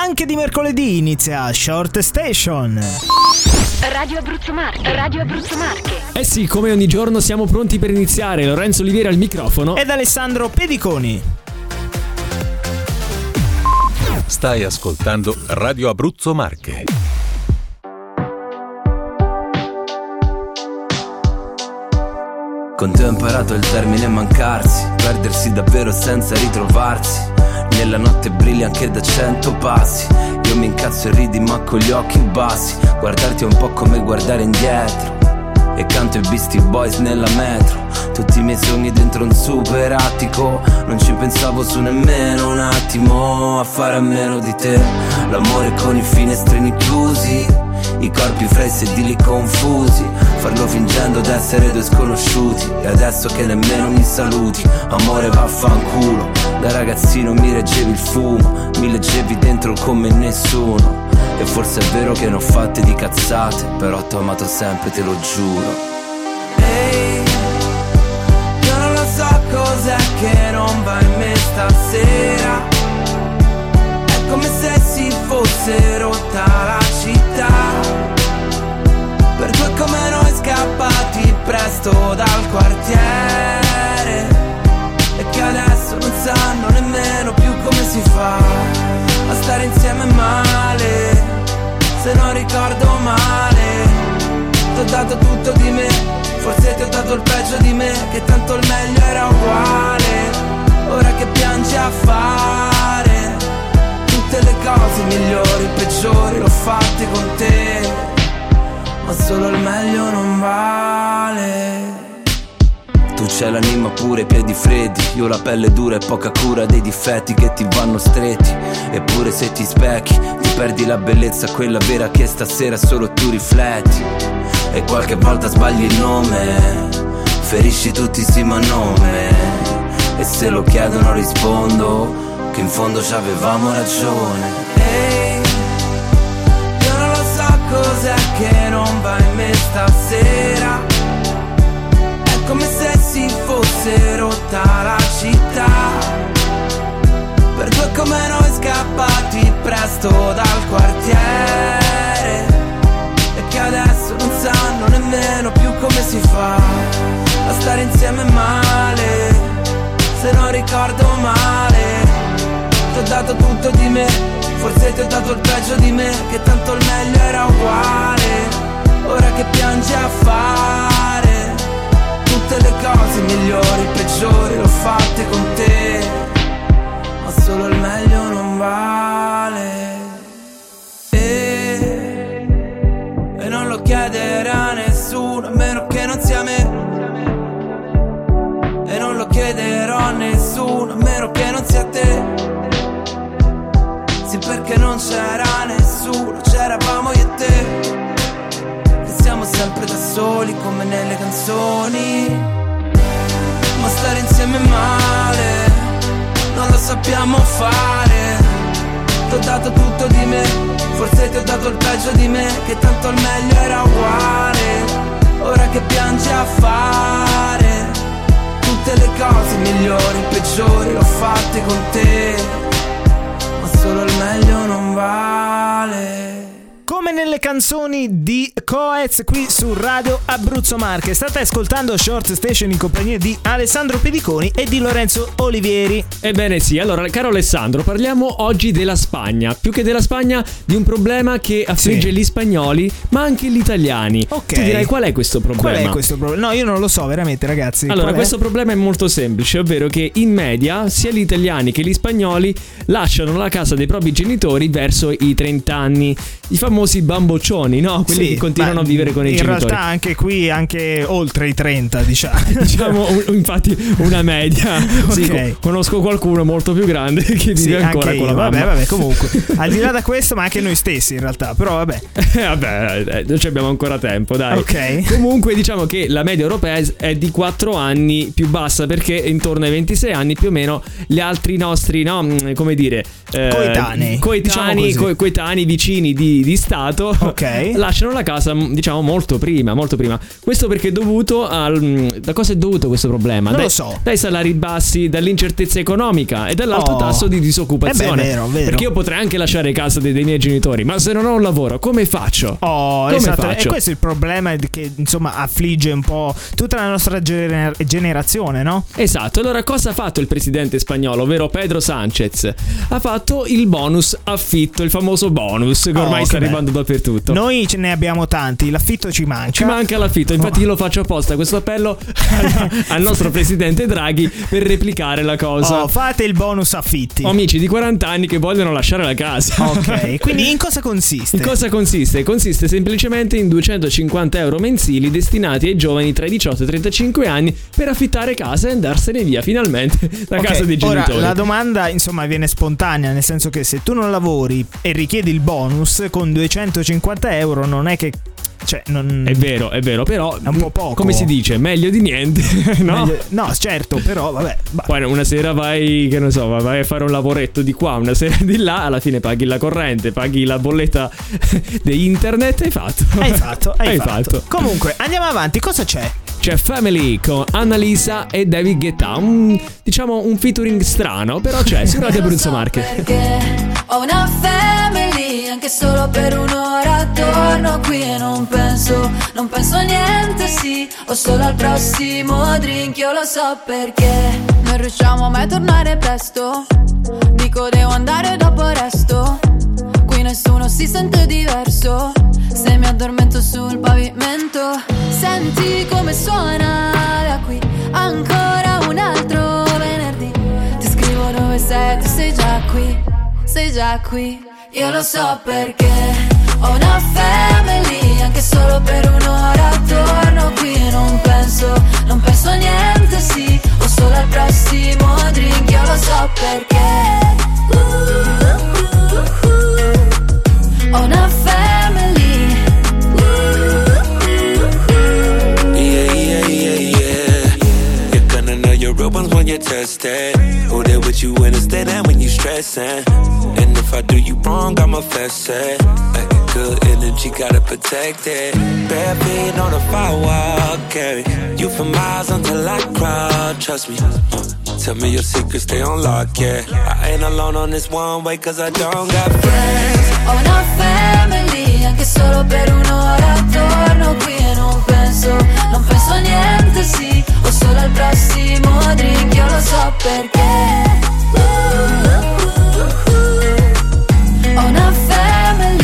anche di mercoledì inizia Short Station. Radio Abruzzo Marche. Eh sì, come ogni giorno siamo pronti per iniziare. Lorenzo Olivieri al microfono ed Alessandro Pediconi. Stai ascoltando Radio Abruzzo Marche. Con te ho imparato il termine mancarsi, perdersi davvero senza ritrovarsi. Nella notte brilli anche da 100 passi. Io mi incazzo e ridi ma con gli occhi bassi. Guardarti è un po' come guardare indietro. E canto i Beastie Boys nella metro. Tutti i miei sogni dentro un super attico. Non ci pensavo su nemmeno un attimo a fare a meno di te. L'amore con i finestrini chiusi, i corpi fra i sedili confusi. Farlo fingendo d'essere due sconosciuti. E adesso che nemmeno mi saluti. Amore vaffanculo. Da ragazzino mi reggevi il fumo, mi leggevi dentro come nessuno. E forse è vero che ne ho fatte di cazzate, però t'ho amato sempre, te lo giuro. Ehi, io non lo so cos'è che non va in me stasera. È come se si fosse rotta la città. Per due come noi scappati presto dal quartiere. E che adesso non sanno nemmeno più come si fa a stare insieme male, se non ricordo male. T'ho dato tutto di me, forse ti ho dato il peggio di me, che tanto il meglio era uguale. Ora che piangi a fare tutte le cose migliori, peggiori, l'ho fatte con te, ma solo il meglio non vale. Tu c'hai l'anima pure, i piedi freddi, io la pelle dura e poca cura dei difetti che ti vanno stretti. Eppure se ti specchi, ti perdi la bellezza, quella vera che stasera solo tu rifletti. E qualche volta sbagli il nome, ferisci tutti sì ma nome. E se lo chiedono rispondo che in fondo ci avevamo ragione. Ehi, io non lo so cos'è che non va in me stasera. Come se si fosse rotta la città. Per due come noi scappati presto dal quartiere. E che adesso non sanno nemmeno più come si fa a stare insieme male, se non ricordo male. T'ho dato tutto di me, forse ti ho dato il peggio di me, che tanto il meglio era uguale. Ora che piangi a fare tutte le cose migliori, peggiori, l'ho fatte con te, ma solo il meglio non vale. E non lo chiederà nessuno, a meno che non sia me. E non lo chiederò a nessuno, a meno che non sia te. Sì, perché non c'era nessuno, c'eravamo io e te. Siamo sempre da soli come nelle canzoni, ma stare insieme male non lo sappiamo fare. T'ho dato tutto di me, forse ti ho dato il peggio di me, che tanto il meglio era uguale. Ora che piangi a fare tutte le cose migliori, peggiori, l'ho fatte con te, ma solo il meglio non vale. Come nelle canzoni di Coez qui su Radio Abruzzo Marche. State ascoltando Short Station in compagnia di Alessandro Pediconi e di Lorenzo Olivieri. Ebbene sì, allora caro Alessandro, parliamo oggi della Spagna. Più che della Spagna, di un problema che affligge gli spagnoli, ma anche gli italiani. Ok. Tu direi qual è questo problema? Qual è questo problema? No, io non lo so veramente, ragazzi. Allora, questo problema è molto semplice, ovvero che in media sia gli italiani che gli spagnoli lasciano la casa dei propri genitori verso i 30 anni. I famosi bamboccioni, no? Quelli che continuano a vivere con i genitori. In realtà anche qui, anche oltre i 30, diciamo. Diciamo infatti una media. Okay. Sì, conosco qualcuno molto più grande che vive ancora con la mamma. Vabbè, comunque. Al di là da questo, ma anche noi stessi in realtà. Però vabbè. Non ci abbiamo ancora tempo, dai. Ok. Comunque diciamo che la media europea è di 4 anni più bassa, perché intorno ai 26 anni più o meno gli altri nostri, no, come dire, coetanei, coetanei vicini di Stato Ok. lasciano la casa, diciamo, molto prima. Questo perché è dovuto da cosa è dovuto questo problema? Non lo so. Dai salari bassi, dall'incertezza economica e dall'alto tasso di disoccupazione. Vero. Perché io potrei anche lasciare casa dei miei genitori, ma se non ho un lavoro, come faccio? Come esatto. faccio? E questo è il problema che insomma affligge un po' tutta la nostra generazione, no? Esatto. Allora cosa ha fatto il presidente spagnolo, ovvero Pedro Sánchez? Ha fatto il bonus affitto, il famoso bonus che ormai sta arrivando dappertutto. Noi ce ne abbiamo tanti, l'affitto ci manca. Ci manca l'affitto, infatti io lo faccio apposta questo appello al nostro presidente Draghi per replicare la cosa. Fate il bonus affitti. Amici di 40 anni che vogliono lasciare la casa. Ok, quindi in cosa consiste? In cosa consiste? Consiste semplicemente in 250 euro mensili destinati ai giovani tra i 18 e i 35 anni per affittare casa e andarsene via finalmente da casa dei genitori. Ora, la domanda insomma viene spontanea, nel senso che se tu non lavori e richiedi il bonus con 250 euro non è che... Cioè, non... È vero, però è un po' poco. Come si dice? Meglio di niente, no? No, certo, però vabbè. Poi una sera vai, che ne so, vai a fare un lavoretto di qua, una sera di là, alla fine paghi la corrente, paghi la bolletta di internet e hai fatto. Comunque, andiamo avanti, cosa c'è? C'è Family con Annalisa e David Guetta, un featuring strano, però c'è su Radio Abruzzo Marche. Perché ho una family, anche solo per un'ora torno qui e non penso a niente, sì, o solo al prossimo drink, io lo so perché non riusciamo mai a tornare presto, dico devo andare dopo il resto, qui nessuno si sente diverso, se mi addormento sul pavimento, senti come suona da qui, ancora un altro venerdì, ti scrivo dove sei, tu sei già qui, io lo so perché ho una family, anche solo per un'ora torno qui e non penso a niente, sì, o solo al prossimo drink, io lo so perché ho una family. You're gonna know your real ones when you're tested. Who there with you when it's dead and when you stressing. And if I do you wrong, I'ma fess it. Good energy, gotta protect it. Bare feet on a firewall, carry you for miles until I crawl. Trust me. Tell me your secrets, stay on lock, yeah. I ain't alone on this one way, cause I don't got friends. Ho una family, anche solo per un'ora torno qui e non penso a niente, sì, o solo al prossimo drink, io lo so perché ho una family.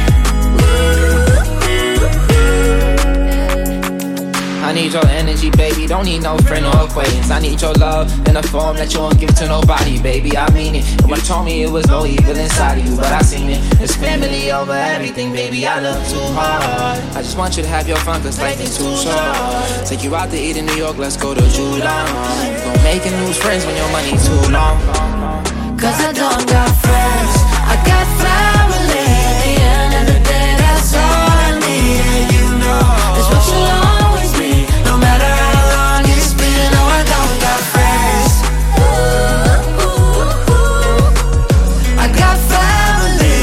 I need your energy, baby, don't need no friend or acquaintance. I need your love in a form that you won't give to nobody, baby, I mean it. You told me it was no evil inside of you, but I seen it. It's family over everything, baby, I love too hard. I just want you to have your fun, cause life is too short. Take you out to eat in New York, let's go to July. You gon' make new friends when your money too long. Cause I don't got friends, I got family. At the end of the day, that's all I need. And you know, that's what you'll always be. No matter how long it's been, no, I don't got friends. I got family.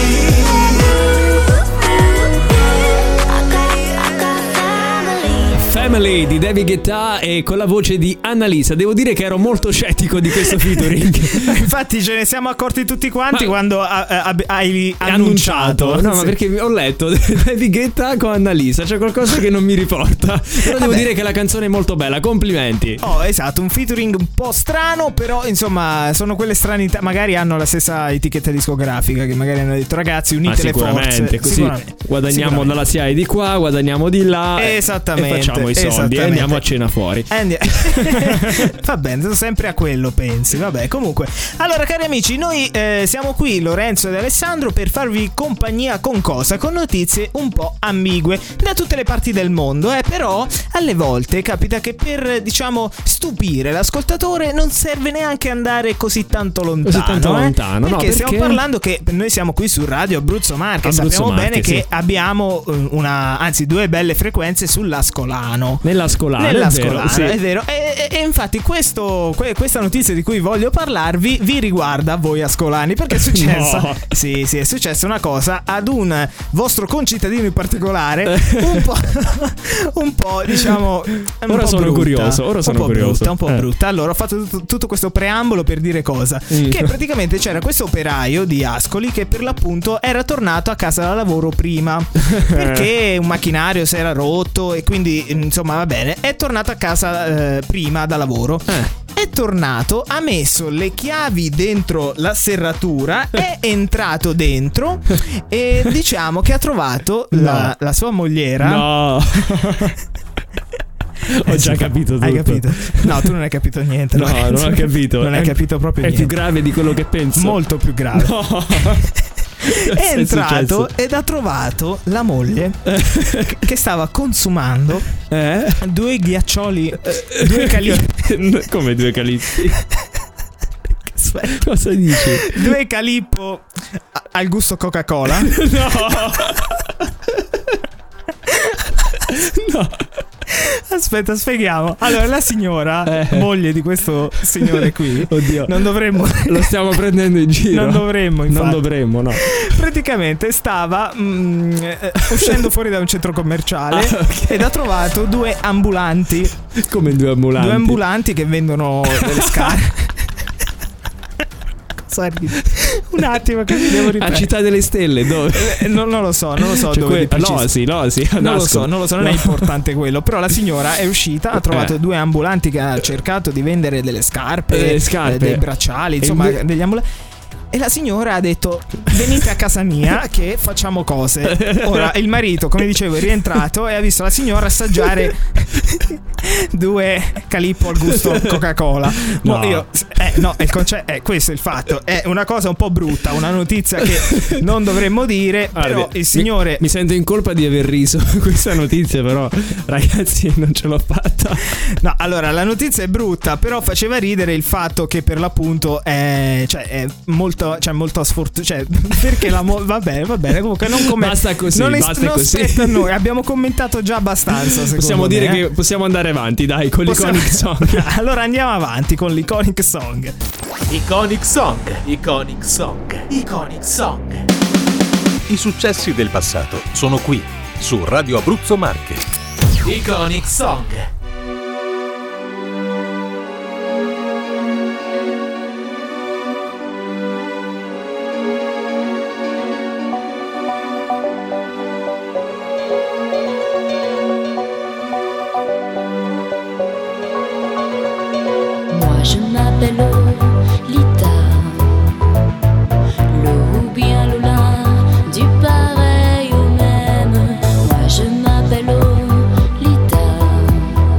I got family. Family di David Guetta e con la voce di Annalisa. Devo dire che ero molto scettico di questo featuring. Infatti ce ne siamo accorti tutti quanti quando hai annunciato. No, ma perché ho letto David Guetta con Annalisa, c'è qualcosa che non mi riporta. Però devo dire che la canzone è molto bella, complimenti. Oh, esatto, un featuring un po' strano, però insomma sono quelle stranità, magari hanno la stessa etichetta discografica, che magari hanno detto ragazzi unite le forze. Così guadagniamo dalla SIAE di qua, guadagniamo di là. Esattamente. E facciamo i soldi e andiamo a cena fuori. Va bene, sempre a quello pensi. Vabbè, comunque. Allora, cari amici, noi siamo qui, Lorenzo ed Alessandro, per farvi compagnia con cosa? Con notizie un po' ambigue da tutte le parti del mondo, però alle volte capita che per, diciamo, stupire l'ascoltatore non serve neanche andare così tanto lontano. Perché stiamo parlando che noi siamo qui su Radio Abruzzo Marche, sappiamo bene che abbiamo due belle frequenze sull'Ascolano. Nella Ascolana. Nell'Ascolana, sì. è vero. E infatti questa notizia di cui voglio parlarvi vi riguarda a voi ascolani, perché è successa No. sì, è successa una cosa ad un vostro concittadino in particolare un po' diciamo Ora sono curioso. un po' brutta. Allora ho fatto tutto questo preambolo per dire cosa? Che praticamente c'era questo operaio di Ascoli che per l'appunto era tornato a casa da lavoro prima perché un macchinario si era rotto e quindi insomma va bene, è tornato a casa prima da lavoro. È tornato, ha messo le chiavi dentro la serratura, è entrato dentro e diciamo che ha trovato la sua mogliera. No. Ho già capito tutto. Hai capito? No, tu non hai capito niente. No, non ho capito. Non hai capito proprio niente. È più grave di quello che penso. Molto più grave. No. È entrato ed ha trovato la moglie che stava consumando 2 ghiaccioli, 2 calippi. Come 2 calippi? Cosa dici? 2 calippo al gusto Coca-Cola. No. Aspetta, spieghiamo. Allora, la signora, moglie di questo signore qui, oddio, non dovremmo. Lo stiamo prendendo in giro. Non dovremmo, infatti. Non dovremmo, no. Praticamente stava uscendo fuori da un centro commerciale ed ha trovato 2 ambulanti. Come 2 ambulanti? 2 ambulanti che vendono delle scarpe. Un attimo che mi devo ripetere. A Città delle Stelle, dove? Non lo so cioè L'Osi. Non lo so, non è importante quello. Però la signora è uscita, ha trovato 2 ambulanti che ha cercato di vendere delle scarpe, dei bracciali, insomma degli ambulanti. E la signora ha detto: venite a casa mia che facciamo cose. Ora il marito, come dicevo, è rientrato e ha visto la signora assaggiare 2 calippo al gusto Coca-Cola. No, no, il concetto è questo, il fatto. È una cosa un po' brutta, una notizia che non dovremmo dire. Però il signore mi sento in colpa di aver riso questa notizia, però ragazzi non ce l'ho fatta. No, allora la notizia è brutta, però faceva ridere il fatto che per l'appunto è molto sfortunato, perché va bene, comunque non come basta così, non basta così. Spetta a noi, abbiamo commentato già abbastanza. Possiamo me, dire che possiamo andare avanti, dai, con l'Iconic Song. Allora andiamo avanti con l'Iconic Song. Iconic Song. Iconic Song. Iconic Song. I successi del passato sono qui su Radio Abruzzo Marche. Iconic Song. Je m'appelle Lolita, Lo ou bien Lola, du pareil au même. Moi je m'appelle Lolita.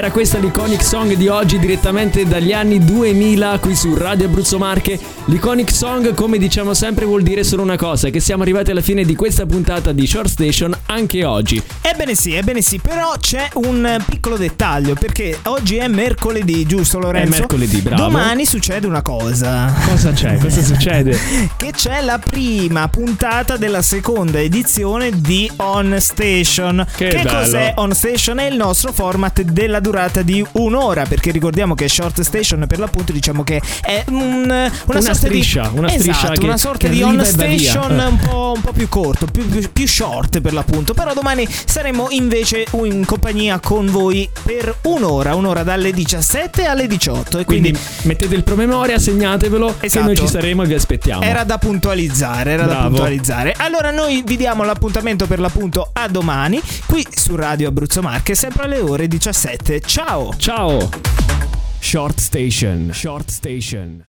Era questa l'Iconic Song di oggi, direttamente dagli anni 2000 qui su Radio Abruzzo Marche. L'Iconic Song, come diciamo sempre, vuol dire solo una cosa: che siamo arrivati alla fine di questa puntata di Short Station anche oggi. Ebbene sì, però c'è un piccolo dettaglio, perché oggi è mercoledì, giusto Lorenzo? È mercoledì, bravo. Domani succede una cosa. Cosa c'è? Cosa succede? Che c'è la prima puntata della seconda edizione di On Station. Che cos'è On Station? È il nostro format della durata di un'ora, perché ricordiamo che Short Station per l'appunto diciamo che è una striscia, una sorta di On Station un po' più corto, più short per l'appunto. Però domani saremo invece in compagnia con voi per un'ora dalle 17 alle 18 e quindi mettete il promemoria, segnatevelo, esatto, che noi ci saremo e vi aspettiamo. Era da puntualizzare. Allora noi vi diamo l'appuntamento per l'appunto a domani qui su Radio Abruzzo Marche, sempre alle ore 17. Ciao. Short Station.